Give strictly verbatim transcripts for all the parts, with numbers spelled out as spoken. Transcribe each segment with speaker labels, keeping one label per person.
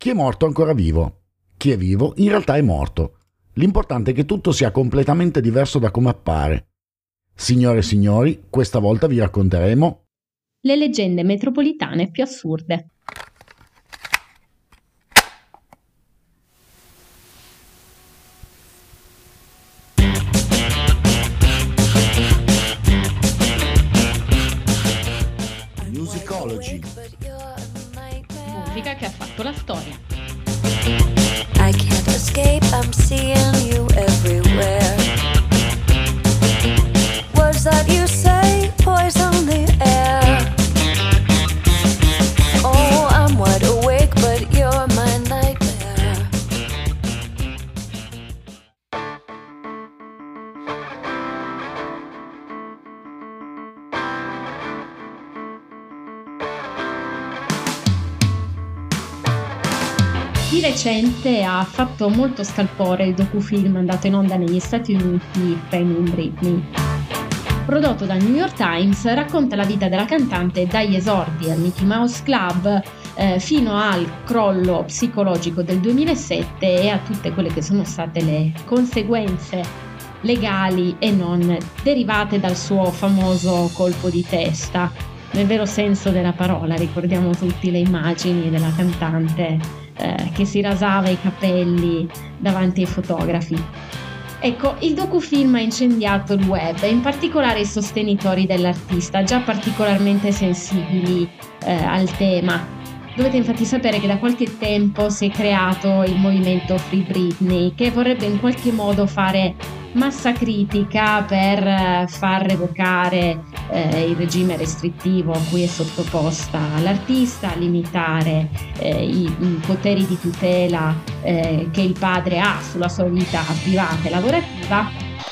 Speaker 1: Chi è morto è ancora vivo. Chi è vivo in realtà è morto. L'importante è che tutto sia completamente diverso da come appare. Signore e signori, questa volta vi racconteremo
Speaker 2: le leggende metropolitane più assurde.
Speaker 1: Musicology.
Speaker 2: Musica che ha fatto la storia.
Speaker 3: I can't escape, I'm seeing you everywhere. Words that you say poison the air. Oh, I'm wide awake, but you're my nightmare.
Speaker 2: Di recente ha fatto molto scalpore il docufilm andato in onda negli Stati Uniti, Framing Britney. Prodotto dal New York Times, racconta la vita della cantante dagli esordi al Mickey Mouse Club eh, fino al crollo psicologico del duemilasette e a tutte quelle che sono state le conseguenze legali e non derivate dal suo famoso colpo di testa. Nel vero senso della parola, ricordiamo tutti le immagini della cantante eh, che si rasava i capelli davanti ai fotografi. Ecco, il docufilm ha incendiato il web e in particolare i sostenitori dell'artista, già particolarmente sensibili eh, al tema. Dovete infatti sapere che da qualche tempo si è creato il movimento Free Britney, che vorrebbe in qualche modo fare massa critica per eh, far revocare eh, il regime restrittivo a cui è sottoposta l'artista, limitare eh, i, i poteri di tutela eh, che il padre ha sulla sua vita privata e lavorativa.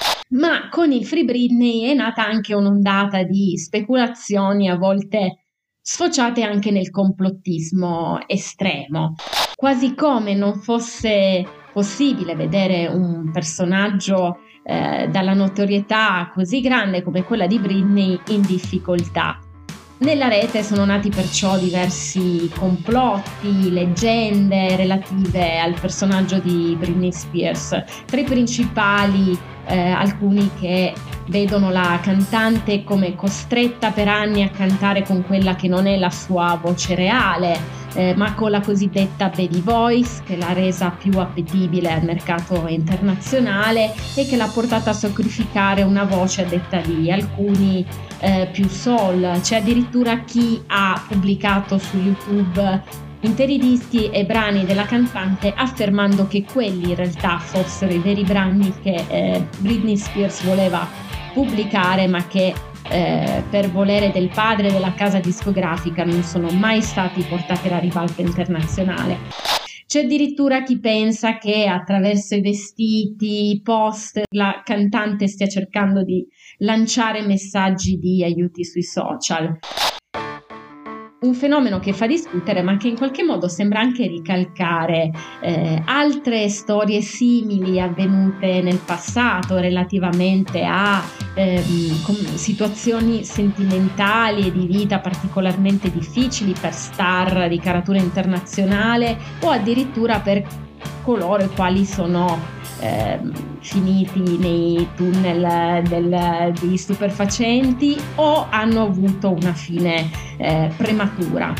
Speaker 2: Ma con il Free Britney è nata anche un'ondata di speculazioni a volte sfociate anche nel complottismo estremo, quasi come non fosse possibile vedere un personaggio eh, dalla notorietà così grande come quella di Britney in difficoltà. Nella rete sono nati perciò diversi complotti, leggende relative al personaggio di Britney Spears, tra i principali eh, alcuni che vedono la cantante come costretta per anni a cantare con quella che non è la sua voce reale, eh, ma con la cosiddetta baby voice che l'ha resa più appetibile al mercato internazionale e che l'ha portata a sacrificare una voce, a detta di alcuni, eh, più soul. C'è addirittura chi ha pubblicato su YouTube interi dischi e brani della cantante affermando che quelli in realtà fossero i veri brani che eh, Britney Spears voleva pubblicare, ma che eh, per volere del padre della casa discografica non sono mai stati portati alla ribalta internazionale. C'è addirittura chi pensa che attraverso i vestiti, i post, la cantante stia cercando di lanciare messaggi di aiuti sui social. Un fenomeno che fa discutere, ma che in qualche modo sembra anche ricalcare eh, altre storie simili avvenute nel passato relativamente a ehm, com- situazioni sentimentali e di vita particolarmente difficili per star di caratura internazionale o addirittura per coloro i quali sono eh, finiti nei tunnel del, degli stupefacenti o hanno avuto una fine eh, prematura.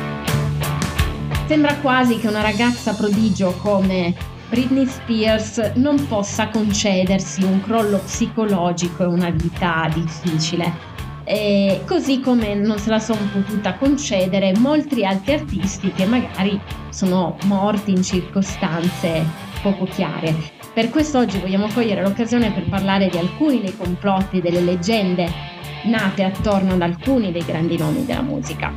Speaker 2: Sembra quasi che una ragazza prodigio come Britney Spears non possa concedersi un crollo psicologico e una vita difficile. E così come non se la sono potuta concedere molti altri artisti che magari sono morti in circostanze poco chiare. Per questo oggi vogliamo cogliere l'occasione per parlare di alcuni dei complotti e delle leggende nate attorno ad alcuni dei grandi nomi della musica.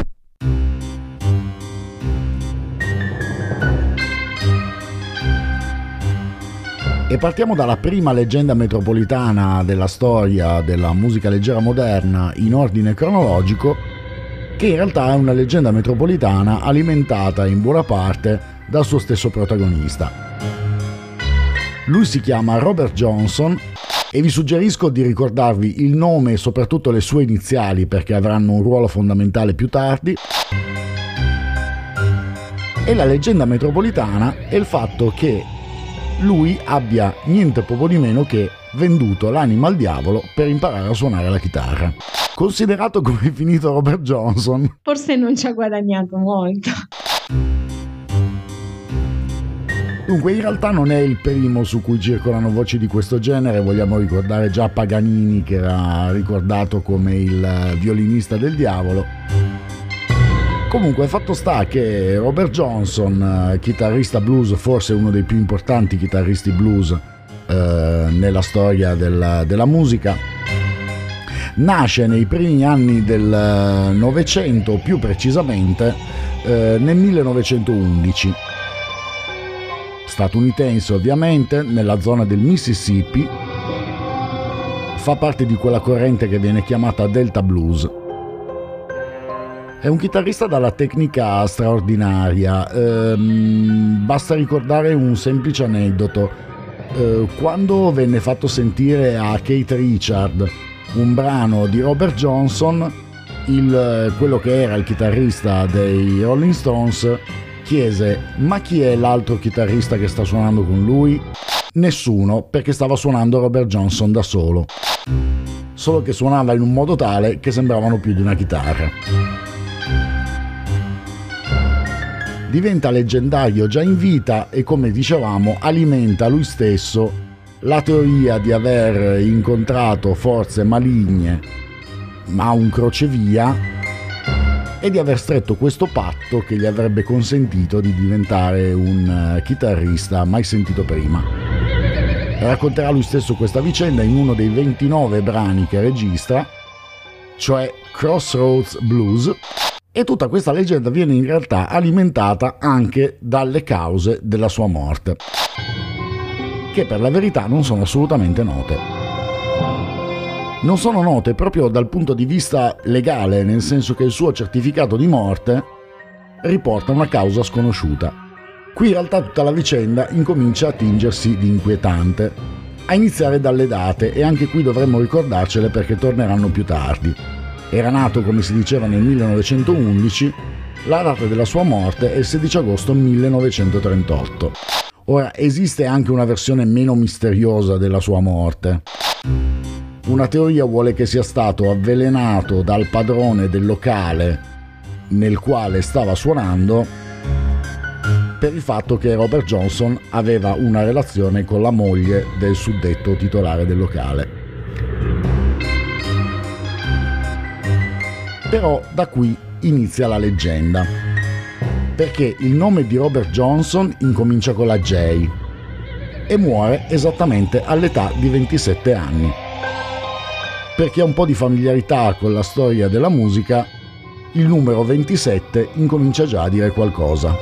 Speaker 1: E partiamo dalla prima leggenda metropolitana della storia della musica leggera moderna in ordine cronologico, che in realtà è una leggenda metropolitana alimentata in buona parte dal suo stesso protagonista. Lui si chiama Robert Johnson e vi suggerisco di ricordarvi il nome e soprattutto le sue iniziali perché avranno un ruolo fondamentale più tardi. E la leggenda metropolitana è il fatto che lui abbia niente poco di meno che venduto l'anima al diavolo per imparare a suonare la chitarra. Considerato come è finito Robert Johnson,
Speaker 2: forse non ci ha guadagnato molto.
Speaker 1: Dunque, in realtà non è il primo su cui circolano voci di questo genere. Vogliamo ricordare già Paganini, che era ricordato come il violinista del diavolo. Comunque, fatto sta che Robert Johnson, chitarrista blues, forse uno dei più importanti chitarristi blues eh, nella storia della, della musica, nasce nei primi anni del Novecento, più precisamente eh, nel millenovecentoundici. Statunitense ovviamente, nella zona del Mississippi, fa parte di quella corrente che viene chiamata Delta Blues. È un chitarrista dalla tecnica straordinaria, ehm, basta ricordare un semplice aneddoto. Eh, quando venne fatto sentire a Keith Richard un brano di Robert Johnson, il, quello che era il chitarrista dei Rolling Stones chiese: ma chi è l'altro chitarrista che sta suonando con lui? Nessuno, perché stava suonando Robert Johnson da solo, solo che suonava in un modo tale che sembravano più di una chitarra. Diventa leggendario già in vita e, come dicevamo, alimenta lui stesso la teoria di aver incontrato forze maligne a un crocevia e di aver stretto questo patto che gli avrebbe consentito di diventare un chitarrista mai sentito prima. Racconterà lui stesso questa vicenda in uno dei ventinove brani che registra, cioè Crossroads Blues, e tutta questa leggenda viene in realtà alimentata anche dalle cause della sua morte, che per la verità non sono assolutamente note. Non sono note proprio dal punto di vista legale, nel senso che il suo certificato di morte riporta una causa sconosciuta. Qui in realtà tutta la vicenda incomincia a tingersi di inquietante, a iniziare dalle date, e anche qui dovremmo ricordarcele perché torneranno più tardi. Era nato, come si diceva, nel millenovecentoundici, la data della sua morte è il sedici agosto millenovecentotrentotto. Ora, esiste anche una versione meno misteriosa della sua morte. Una teoria vuole che sia stato avvelenato dal padrone del locale nel quale stava suonando per il fatto che Robert Johnson aveva una relazione con la moglie del suddetto titolare del locale. Però da qui inizia la leggenda, perché il nome di Robert Johnson incomincia con la J e muore esattamente all'età di ventisette anni. Per chi ha un po' di familiarità con la storia della musica, il numero ventisette incomincia già a dire qualcosa.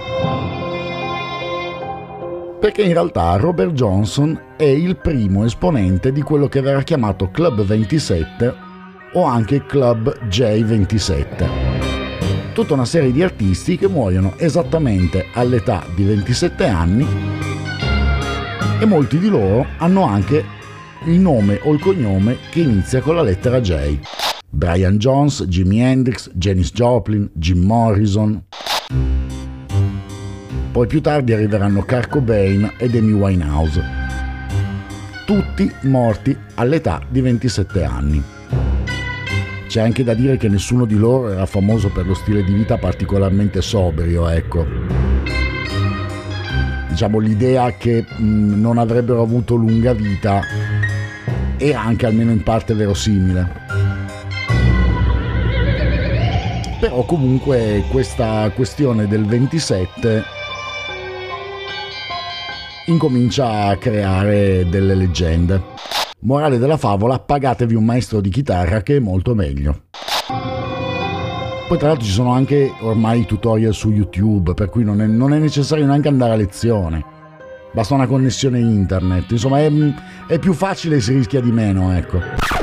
Speaker 1: Perché in realtà Robert Johnson è il primo esponente di quello che verrà chiamato Club ventisette o anche Club J ventisette. Tutta una serie di artisti che muoiono esattamente all'età di ventisette anni, e molti di loro hanno anche il nome o il cognome che inizia con la lettera J. Brian Jones, Jimi Hendrix, Janis Joplin, Jim Morrison. Poi più tardi arriveranno Kurt Cobain ed Amy Winehouse, tutti morti all'età di ventisette anni. C'è anche da dire che nessuno di loro era famoso per lo stile di vita particolarmente sobrio, ecco. Diciamo, l'idea che mh, non avrebbero avuto lunga vita è anche almeno in parte verosimile. Però comunque questa questione del ventisette incomincia a creare delle leggende. Morale della favola: pagatevi un maestro di chitarra che è molto meglio. Poi tra l'altro ci sono anche ormai tutorial su YouTube, per cui non è, non è necessario neanche andare a lezione, basta una connessione internet, insomma è, è più facile e si rischia di meno, ecco.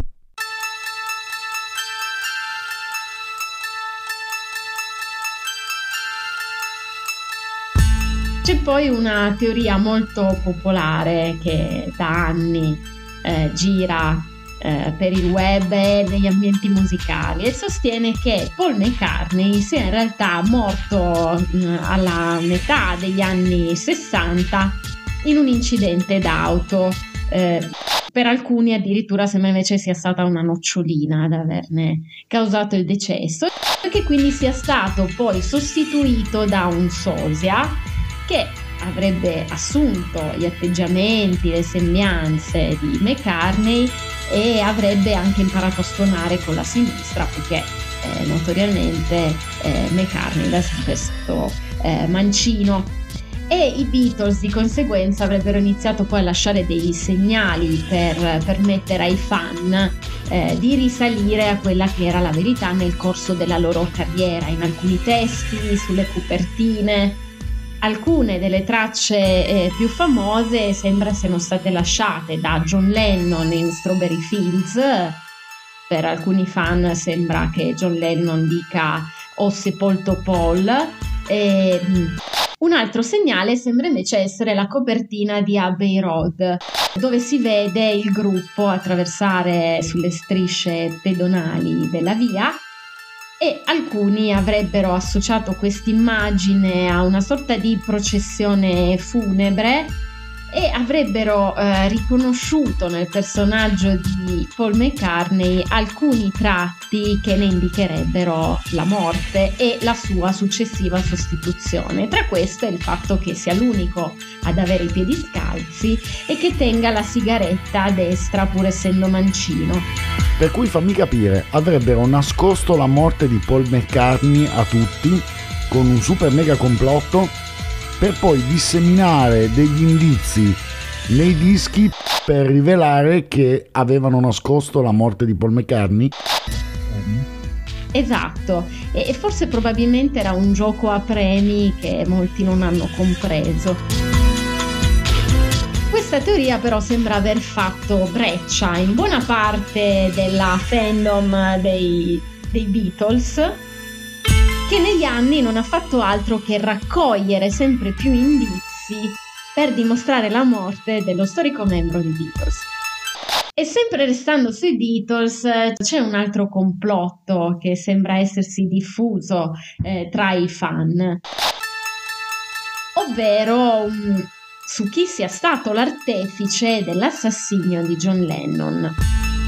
Speaker 2: C'è poi una teoria molto popolare che da anni eh, gira eh, per il web e negli ambienti musicali, e sostiene che Paul McCartney sia in realtà morto eh, alla metà degli anni sessanta in un incidente d'auto. Eh, per alcuni addirittura sembra invece sia stata una nocciolina ad averne causato il decesso, e che quindi sia stato poi sostituito da un sosia che avrebbe assunto gli atteggiamenti, le sembianze di McCartney e avrebbe anche imparato a suonare con la sinistra, perché eh, notoriamente eh, McCartney era sempre stato eh, mancino. E i Beatles di conseguenza avrebbero iniziato poi a lasciare dei segnali per permettere ai fan eh, di risalire a quella che era la verità nel corso della loro carriera, in alcuni testi, sulle copertine. Alcune delle tracce eh, più famose sembra siano state lasciate da John Lennon in Strawberry Fields. Per alcuni fan sembra che John Lennon dica "ho sepolto Paul". E un altro segnale sembra invece essere la copertina di Abbey Road, dove si vede il gruppo attraversare sulle strisce pedonali della via, e alcuni avrebbero associato quest'immagine a una sorta di processione funebre e avrebbero eh, riconosciuto nel personaggio di Paul McCartney alcuni tratti che ne indicherebbero la morte e la sua successiva sostituzione. Tra queste il fatto che sia l'unico ad avere i piedi scalzi e che tenga la sigaretta a destra pur essendo mancino.
Speaker 1: Per cui, fammi capire, avrebbero nascosto la morte di Paul McCartney a tutti con un super mega complotto, per poi disseminare degli indizi nei dischi per rivelare che avevano nascosto la morte di Paul McCartney?
Speaker 2: Esatto, e forse probabilmente era un gioco a premi che molti non hanno compreso. Questa teoria però sembra aver fatto breccia in buona parte della fandom dei, dei Beatles, che negli anni non ha fatto altro che raccogliere sempre più indizi per dimostrare la morte dello storico membro dei Beatles. E sempre restando sui Beatles, c'è un altro complotto che sembra essersi diffuso eh, tra i fan, ovvero um, su chi sia stato l'artefice dell'assassinio di John Lennon.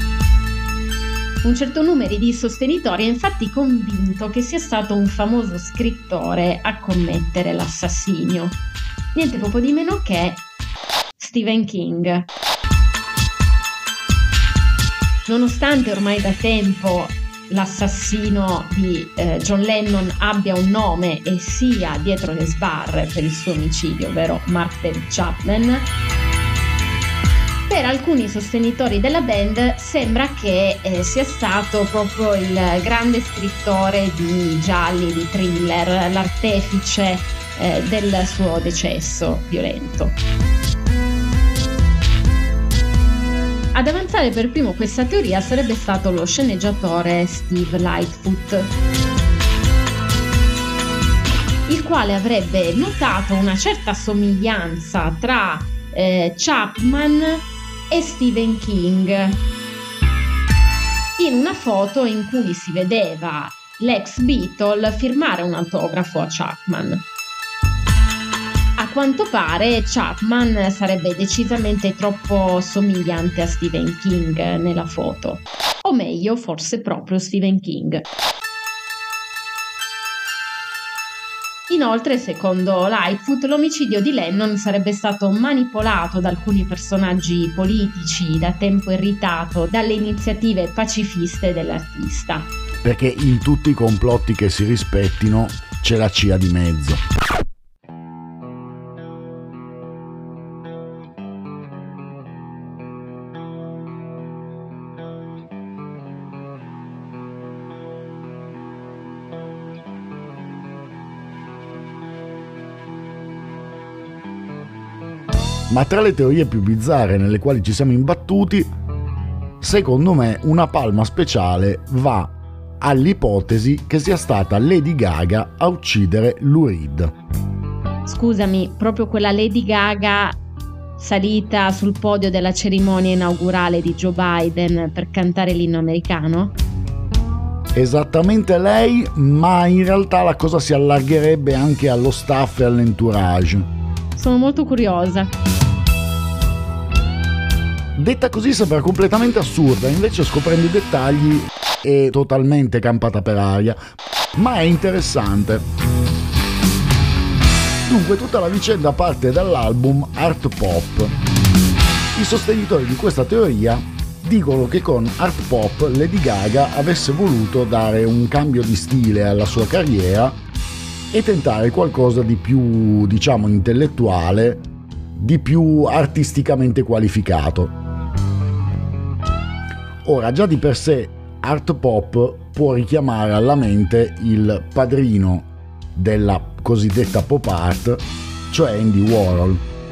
Speaker 2: Un certo numero di sostenitori è infatti convinto che sia stato un famoso scrittore a commettere l'assassinio, niente poco di meno che Stephen King. Nonostante ormai da tempo l'assassino di eh, John Lennon abbia un nome e sia dietro le sbarre per il suo omicidio, ovvero Mark David Chapman, per alcuni sostenitori della band sembra che eh, sia stato proprio il grande scrittore di gialli, di thriller, l'artefice eh, del suo decesso violento. Ad avanzare per primo questa teoria sarebbe stato lo sceneggiatore Steve Lightfoot, il quale avrebbe notato una certa somiglianza tra eh, Chapman e Stephen King in una foto in cui si vedeva l'ex Beatle firmare un autografo a Chapman. A quanto pare Chapman sarebbe decisamente troppo somigliante a Stephen King nella foto, o meglio forse proprio Stephen King. Inoltre, secondo Lightfoot, l'omicidio di Lennon sarebbe stato manipolato da alcuni personaggi politici da tempo irritato dalle iniziative pacifiste dell'artista.
Speaker 1: Perché in tutti i complotti che si rispettino c'è la C I A di mezzo. Ma tra le teorie più bizzarre nelle quali ci siamo imbattuti, secondo me una palma speciale va all'ipotesi che sia stata Lady Gaga a uccidere Lou Reed.
Speaker 2: Scusami, proprio quella Lady Gaga salita sul podio della cerimonia inaugurale di Joe Biden per cantare l'inno americano?
Speaker 1: Esattamente lei, ma in realtà la cosa si allargherebbe anche allo staff e all'entourage.
Speaker 2: Sono molto curiosa.
Speaker 1: Detta così sembra completamente assurda, invece scoprendo i dettagli è totalmente campata per aria, ma è interessante. Dunque tutta la vicenda parte dall'album Art Pop. I sostenitori di questa teoria dicono che con Art Pop Lady Gaga avesse voluto dare un cambio di stile alla sua carriera e tentare qualcosa di più, diciamo, intellettuale, di più artisticamente qualificato. Ora, già di per sé Art Pop può richiamare alla mente il padrino della cosiddetta pop art, cioè Andy Warhol,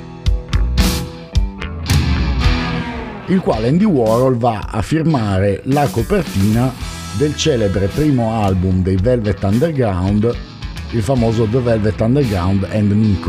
Speaker 1: il quale Andy Warhol va a firmare la copertina del celebre primo album dei Velvet Underground, il famoso The Velvet Underground and Nico.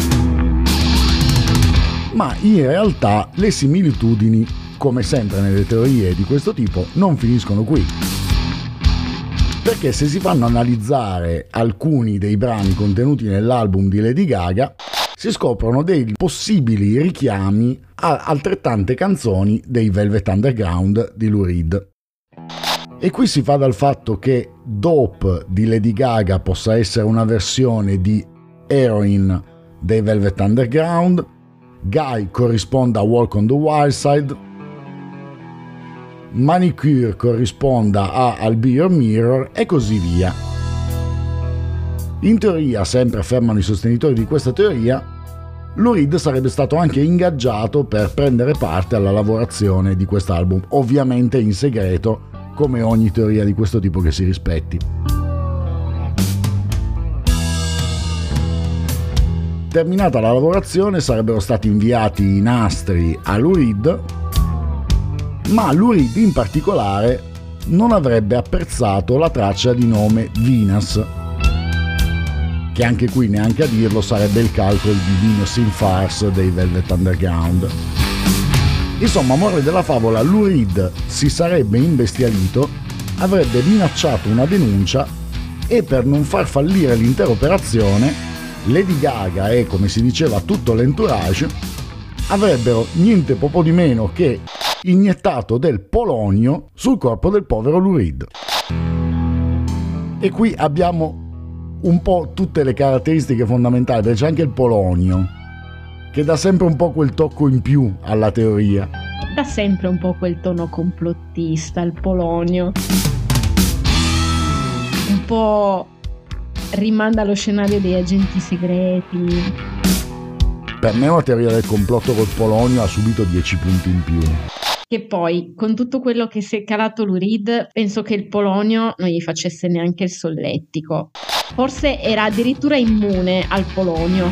Speaker 1: Ma in realtà le similitudini, come sempre nelle teorie di questo tipo, non finiscono qui. Perché se si fanno analizzare alcuni dei brani contenuti nell'album di Lady Gaga, si scoprono dei possibili richiami a altrettante canzoni dei Velvet Underground di Lou Reed. E qui si va dal fatto che Dope di Lady Gaga possa essere una versione di Heroin dei Velvet Underground, Guy corrisponda a Walk on the Wild Side, Manicure corrisponda a I'll Be Your Mirror e così via. In teoria, sempre affermano i sostenitori di questa teoria, Lou Reed sarebbe stato anche ingaggiato per prendere parte alla lavorazione di quest'album, ovviamente in segreto, come ogni teoria di questo tipo che si rispetti. Terminata la lavorazione sarebbero stati inviati i nastri a Lou Reed, ma Lou Reed in particolare non avrebbe apprezzato la traccia di nome Venus, che anche qui neanche a dirlo sarebbe il calcolo di Venus in Farce dei Velvet Underground. Insomma, a morale della favola, Lou Reed si sarebbe imbestialito, avrebbe minacciato una denuncia e per non far fallire l'intera operazione Lady Gaga e, come si diceva, tutto l'entourage avrebbero niente poco di meno che iniettato del polonio sul corpo del povero Lou Reed. E qui abbiamo un po' tutte le caratteristiche fondamentali, perché c'è anche il polonio che dà sempre un po' quel tocco in più alla teoria,
Speaker 2: dà sempre un po' quel tono complottista il polonio, un po' rimanda allo scenario dei agenti segreti.
Speaker 1: Per me una teoria del complotto col polonio ha subito dieci punti in più.
Speaker 2: Che poi, con tutto quello che si è calato Lou Reed, penso che il polonio non gli facesse neanche il solletico. Forse era addirittura immune al polonio.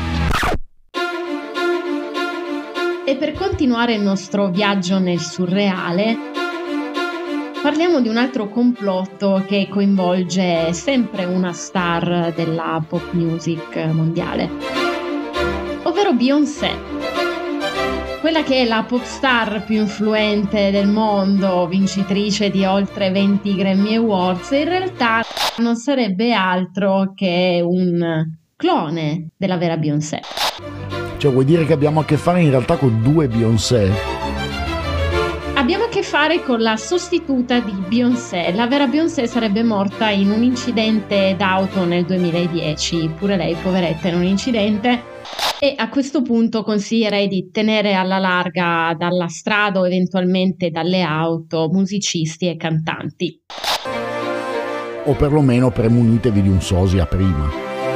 Speaker 2: E per continuare il nostro viaggio nel surreale, parliamo di un altro complotto che coinvolge sempre una star della pop music mondiale, ovvero Beyoncé. Quella che è la pop star più influente del mondo, vincitrice di oltre venti Grammy Awards, in realtà non sarebbe altro che un clone della vera Beyoncé.
Speaker 1: Cioè, vuoi dire che abbiamo a che fare in realtà con due Beyoncé?
Speaker 2: Abbiamo a che fare con la sostituta di Beyoncé. La vera Beyoncé sarebbe morta in un incidente d'auto nel duemiladieci, pure lei poveretta in un incidente. E a questo punto consiglierei di tenere alla larga dalla strada o eventualmente dalle auto musicisti e cantanti.
Speaker 1: O perlomeno premunitevi di un sosia prima.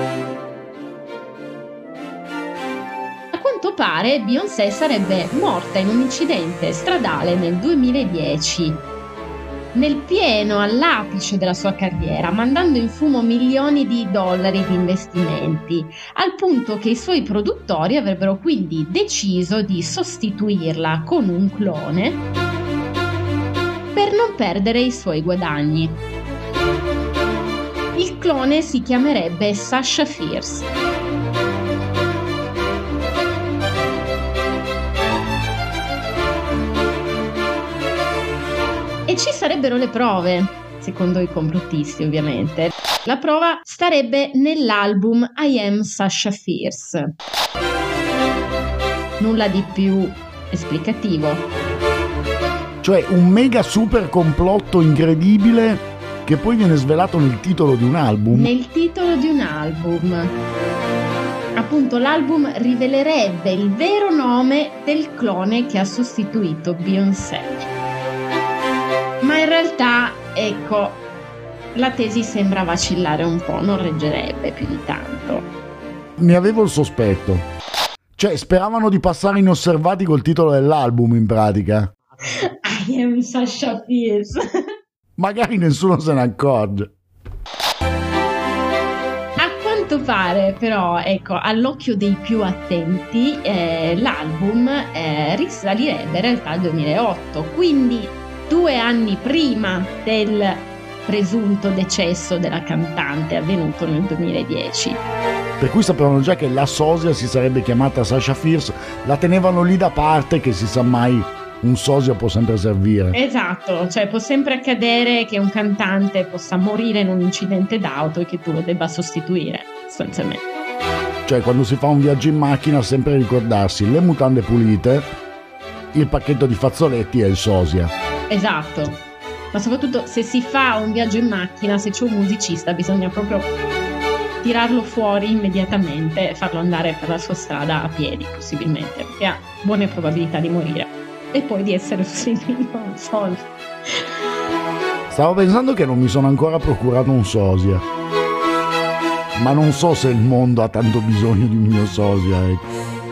Speaker 2: A quanto pare Beyoncé sarebbe morta in un incidente stradale nel duemiladieci, nel pieno all'apice della sua carriera, mandando in fumo milioni di dollari di investimenti, al punto che i suoi produttori avrebbero quindi deciso di sostituirla con un clone per non perdere i suoi guadagni. Il clone si chiamerebbe Sasha Fierce. ci sarebbero le prove, secondo i complottisti ovviamente. La prova starebbe nell'album I Am Sasha Fierce. Nulla di più esplicativo.
Speaker 1: Cioè un mega super complotto incredibile che poi viene svelato nel titolo di un album.
Speaker 2: Nel titolo di un album. Appunto, l'album rivelerebbe il vero nome del clone che ha sostituito Beyoncé. Ma in realtà, ecco, la tesi sembra vacillare un po', non reggerebbe più di tanto.
Speaker 1: Ne avevo il sospetto. Cioè, speravano di passare inosservati col titolo dell'album, in pratica.
Speaker 2: I am Sasha Fierce.
Speaker 1: Magari nessuno se ne accorge.
Speaker 2: A quanto pare, però, ecco, all'occhio dei più attenti, eh, l'album eh, risalirebbe in realtà al duemilaotto, quindi due anni prima del presunto decesso della cantante avvenuto nel duemiladieci.
Speaker 1: Per cui sapevano già che la sosia si sarebbe chiamata Sasha Fierce, la tenevano lì da parte, che si sa mai, un sosia può sempre servire.
Speaker 2: Esatto, cioè può sempre accadere che un cantante possa morire in un incidente d'auto e che tu lo debba sostituire, sostanzialmente.
Speaker 1: Cioè quando si fa un viaggio in macchina sempre ricordarsi le mutande pulite, il pacchetto di fazzoletti e il sosia.
Speaker 2: Esatto, ma soprattutto se si fa un viaggio in macchina, se c'è un musicista bisogna proprio tirarlo fuori immediatamente e farlo andare per la sua strada a piedi possibilmente, perché ha buone probabilità di morire e poi di essere sostituito a un sosia.
Speaker 1: Stavo pensando che non mi sono ancora procurato un sosia, ma non so se il mondo ha tanto bisogno di un mio sosia, ecco.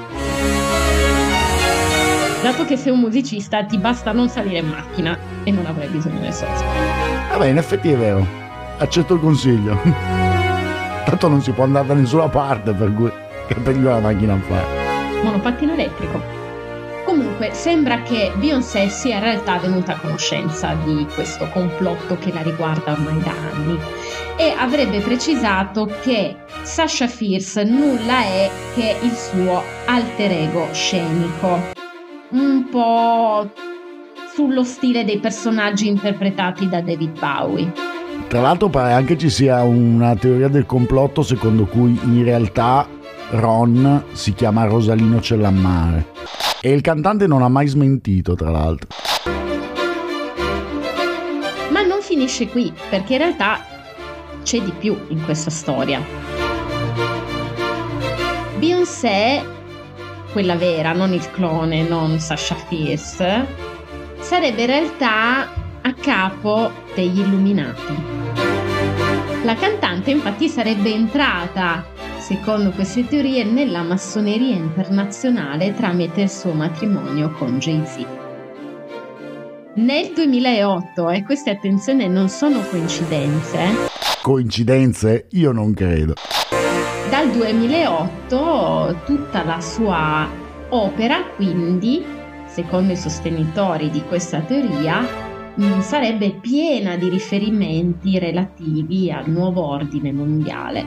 Speaker 2: Dato che sei un musicista ti basta non salire in macchina e non avrai bisogno del sosia.
Speaker 1: Vabbè, in effetti è vero, accetto il consiglio. Tanto non si può andare da nessuna parte, per cui che peggio la macchina a fare.
Speaker 2: Monopattino elettrico. Comunque sembra che Beyoncé sia in realtà venuta a conoscenza di questo complotto che la riguarda ormai da anni e avrebbe precisato che Sasha Fierce nulla è che il suo alter ego scenico, un po' sullo stile dei personaggi interpretati da David Bowie.
Speaker 1: Tra l'altro pare anche ci sia una teoria del complotto secondo cui in realtà Ron si chiama Rosalino Cellammare e il cantante non ha mai smentito, tra l'altro.
Speaker 2: Ma non finisce qui, perché in realtà c'è di più in questa storia. Beyoncé, quella vera, non il clone, non Sasha Fierce, sarebbe in realtà a capo degli Illuminati. La cantante infatti sarebbe entrata, secondo queste teorie, nella massoneria internazionale tramite il suo matrimonio con Jay-Z. Nel duemilaotto, e queste attenzione non sono coincidenze.
Speaker 1: Coincidenze? Io non credo.
Speaker 2: Dal duemilaotto tutta la sua opera, quindi, secondo i sostenitori di questa teoria, sarebbe piena di riferimenti relativi al nuovo ordine mondiale.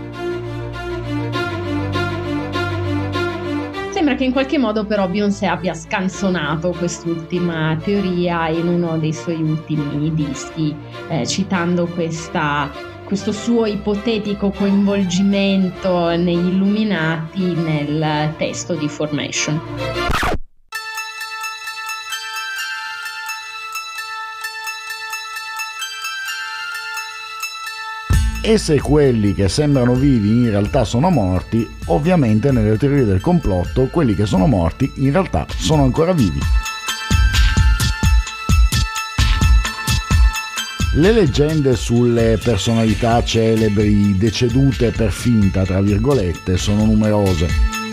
Speaker 2: Sembra che in qualche modo però Beyoncé abbia scansonato quest'ultima teoria in uno dei suoi ultimi dischi, eh, citando questa, questo suo ipotetico coinvolgimento negli Illuminati nel testo di Formation.
Speaker 1: E se quelli che sembrano vivi in realtà sono morti, ovviamente nelle teorie del complotto quelli che sono morti in realtà sono ancora vivi. Le leggende sulle personalità celebri decedute per finta, tra virgolette, sono numerose.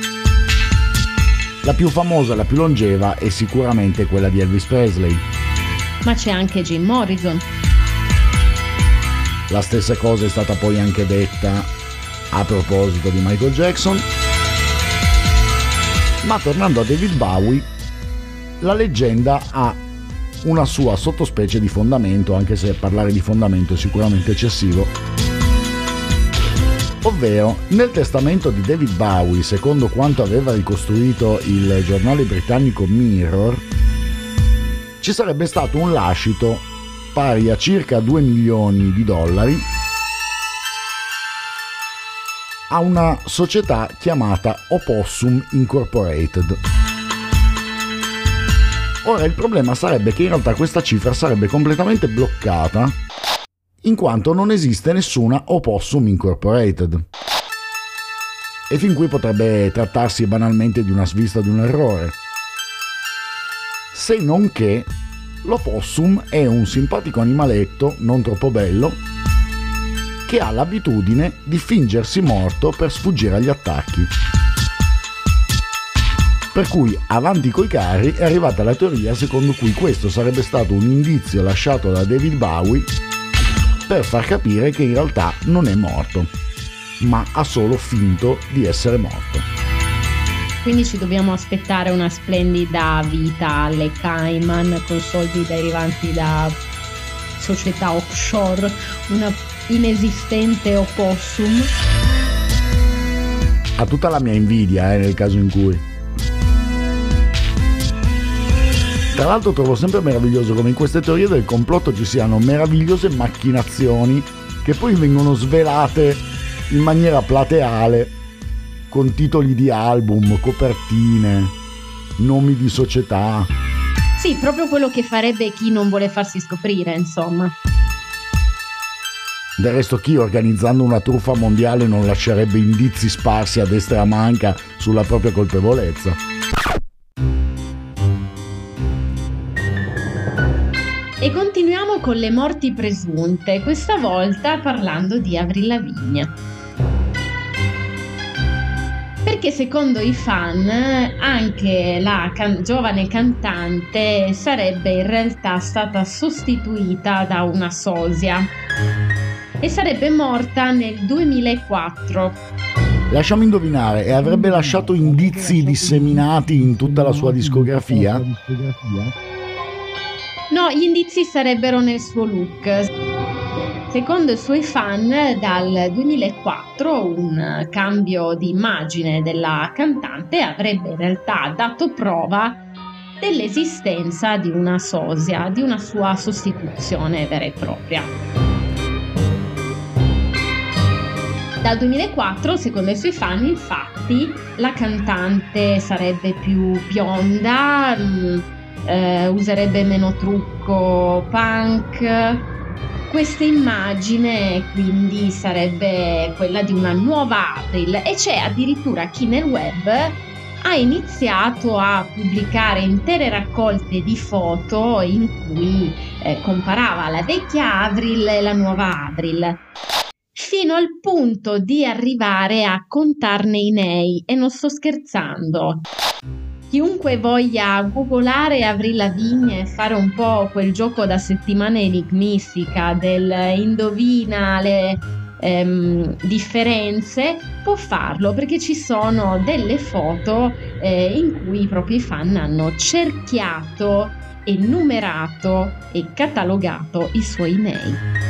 Speaker 1: La più famosa e la più longeva è sicuramente quella di Elvis Presley.
Speaker 2: Ma c'è anche Jim Morrison.
Speaker 1: La stessa cosa è stata poi anche detta a proposito di Michael Jackson. Ma tornando a David Bowie, la leggenda ha una sua sottospecie di fondamento, anche se parlare di fondamento è sicuramente eccessivo. Ovvero, nel testamento di David Bowie, secondo quanto aveva ricostruito il giornale britannico Mirror, ci sarebbe stato un lascito pari a circa due milioni di dollari, a una società chiamata Opossum Incorporated. Ora il problema sarebbe che in realtà questa cifra sarebbe completamente bloccata in quanto non esiste nessuna Opossum Incorporated. E fin qui potrebbe trattarsi banalmente di una svista, di un errore. Se non che l'Opossum è un simpatico animaletto non troppo bello che ha l'abitudine di fingersi morto per sfuggire agli attacchi. Per cui avanti coi carri è arrivata la teoria secondo cui questo sarebbe stato un indizio lasciato da David Bowie per far capire che in realtà non è morto, ma ha solo finto di essere morto.
Speaker 2: Quindi ci dobbiamo aspettare una splendida vita alle Cayman con soldi derivanti da società offshore, una inesistente opossum.
Speaker 1: Ha tutta la mia invidia eh, nel caso in cui. Tra l'altro trovo sempre meraviglioso come in queste teorie del complotto ci siano meravigliose macchinazioni che poi vengono svelate in maniera plateale con titoli di album, copertine, nomi di società.
Speaker 2: Sì, proprio quello che farebbe chi non vuole farsi scoprire, insomma.
Speaker 1: Del resto chi organizzando una truffa mondiale non lascerebbe indizi sparsi a destra e a manca sulla propria colpevolezza?
Speaker 2: E continuiamo con le morti presunte, questa volta parlando di Avril Lavigne. Perché secondo i fan anche la can- giovane cantante sarebbe in realtà stata sostituita da una sosia e sarebbe morta nel duemilaquattro.
Speaker 1: Lasciamo indovinare, e avrebbe lasciato indizi disseminati in tutta la sua discografia?
Speaker 2: No, gli indizi sarebbero nel suo look. Secondo i suoi fan, dal duemilaquattro un cambio di immagine della cantante avrebbe in realtà dato prova dell'esistenza di una sosia, di una sua sostituzione vera e propria. Dal duemilaquattro, secondo i suoi fan, infatti, la cantante sarebbe più bionda, mh, eh, userebbe meno trucco punk. Questa immagine quindi sarebbe quella di una nuova Avril e c'è addirittura chi nel web ha iniziato a pubblicare intere raccolte di foto in cui eh, comparava la vecchia Avril e la nuova Avril, fino al punto di arrivare a contarne i nei, e non sto scherzando. Chiunque voglia googolare Avril Lavigne e fare un po' quel gioco da settimana enigmistica del indovina le ehm, differenze può farlo, perché ci sono delle foto eh, in cui i propri fan hanno cerchiato e numerato e catalogato i suoi nei.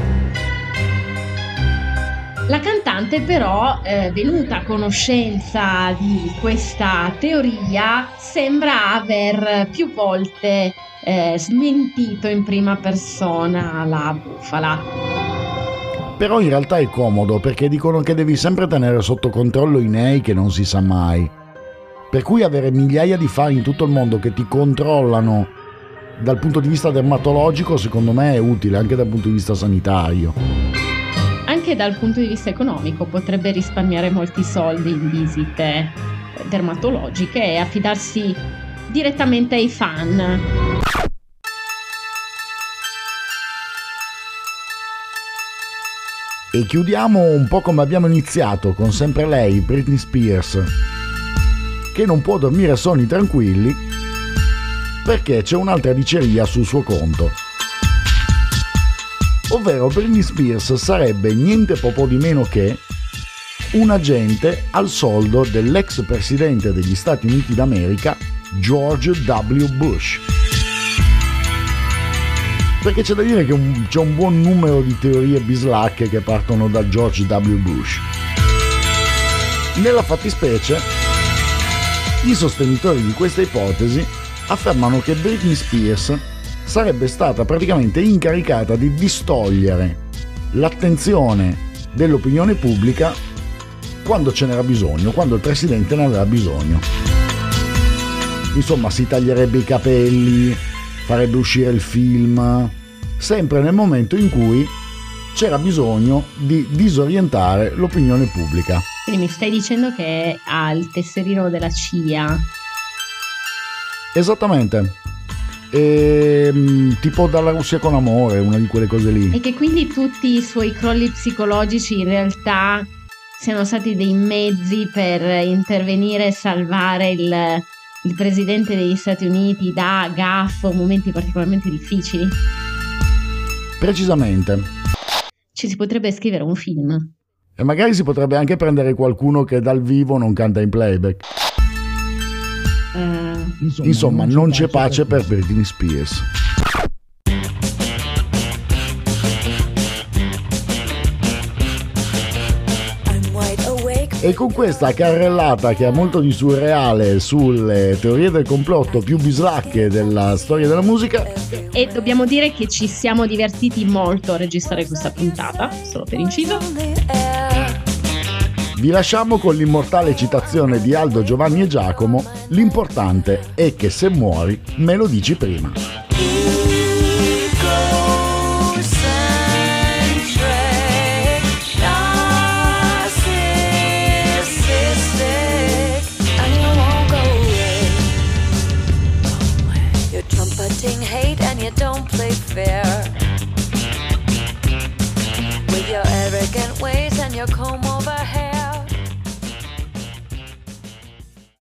Speaker 2: La cantante però, eh, venuta a conoscenza di questa teoria, sembra aver più volte eh, smentito in prima persona la bufala.
Speaker 1: Però in realtà è comodo, perché dicono che devi sempre tenere sotto controllo i nei, che non si sa mai. Per cui avere migliaia di fan in tutto il mondo che ti controllano dal punto di vista dermatologico, secondo me è utile anche dal punto di vista sanitario.
Speaker 2: Anche dal punto di vista economico potrebbe risparmiare molti soldi in visite dermatologiche e affidarsi direttamente ai fan.
Speaker 1: E chiudiamo un po' come abbiamo iniziato, con sempre lei, Britney Spears, che non può dormire sonni tranquilli perché c'è un'altra diceria sul suo conto. Ovvero Britney Spears sarebbe niente po' di meno che un agente al soldo dell'ex presidente degli Stati Uniti d'America, George W. Bush. Perché c'è da dire che un, c'è un buon numero di teorie bislacche che partono da George W. Bush. Nella fattispecie, i sostenitori di questa ipotesi affermano che Britney Spears sarebbe stata praticamente incaricata di distogliere l'attenzione dell'opinione pubblica quando ce n'era bisogno, quando il presidente ne aveva bisogno. Insomma, si taglierebbe i capelli, farebbe uscire il film, sempre nel momento in cui c'era bisogno di disorientare l'opinione pubblica.
Speaker 2: Quindi mi stai dicendo che ha il tesserino della C I A?
Speaker 1: Esattamente. E, tipo Dalla Russia con amore, una di quelle cose lì.
Speaker 2: E che quindi tutti i suoi crolli psicologici in realtà siano stati dei mezzi per intervenire e salvare il, il presidente degli Stati Uniti da gaffe o momenti particolarmente difficili?
Speaker 1: Precisamente.
Speaker 2: Ci si potrebbe scrivere un film.
Speaker 1: E magari si potrebbe anche prendere qualcuno che dal vivo non canta in playback.
Speaker 2: Uh,
Speaker 1: insomma, insomma, non c'è pace per Britney Spears. E con questa carrellata che ha molto di surreale sulle teorie del complotto più bislacche della storia della musica,
Speaker 2: e dobbiamo dire che ci siamo divertiti molto a registrare questa puntata, solo per inciso,
Speaker 1: vi lasciamo con l'immortale citazione di Aldo, Giovanni e Giacomo: l'importante è che se muori me lo dici prima.
Speaker 3: Hate and you don't play fair with your arrogant ways and your comb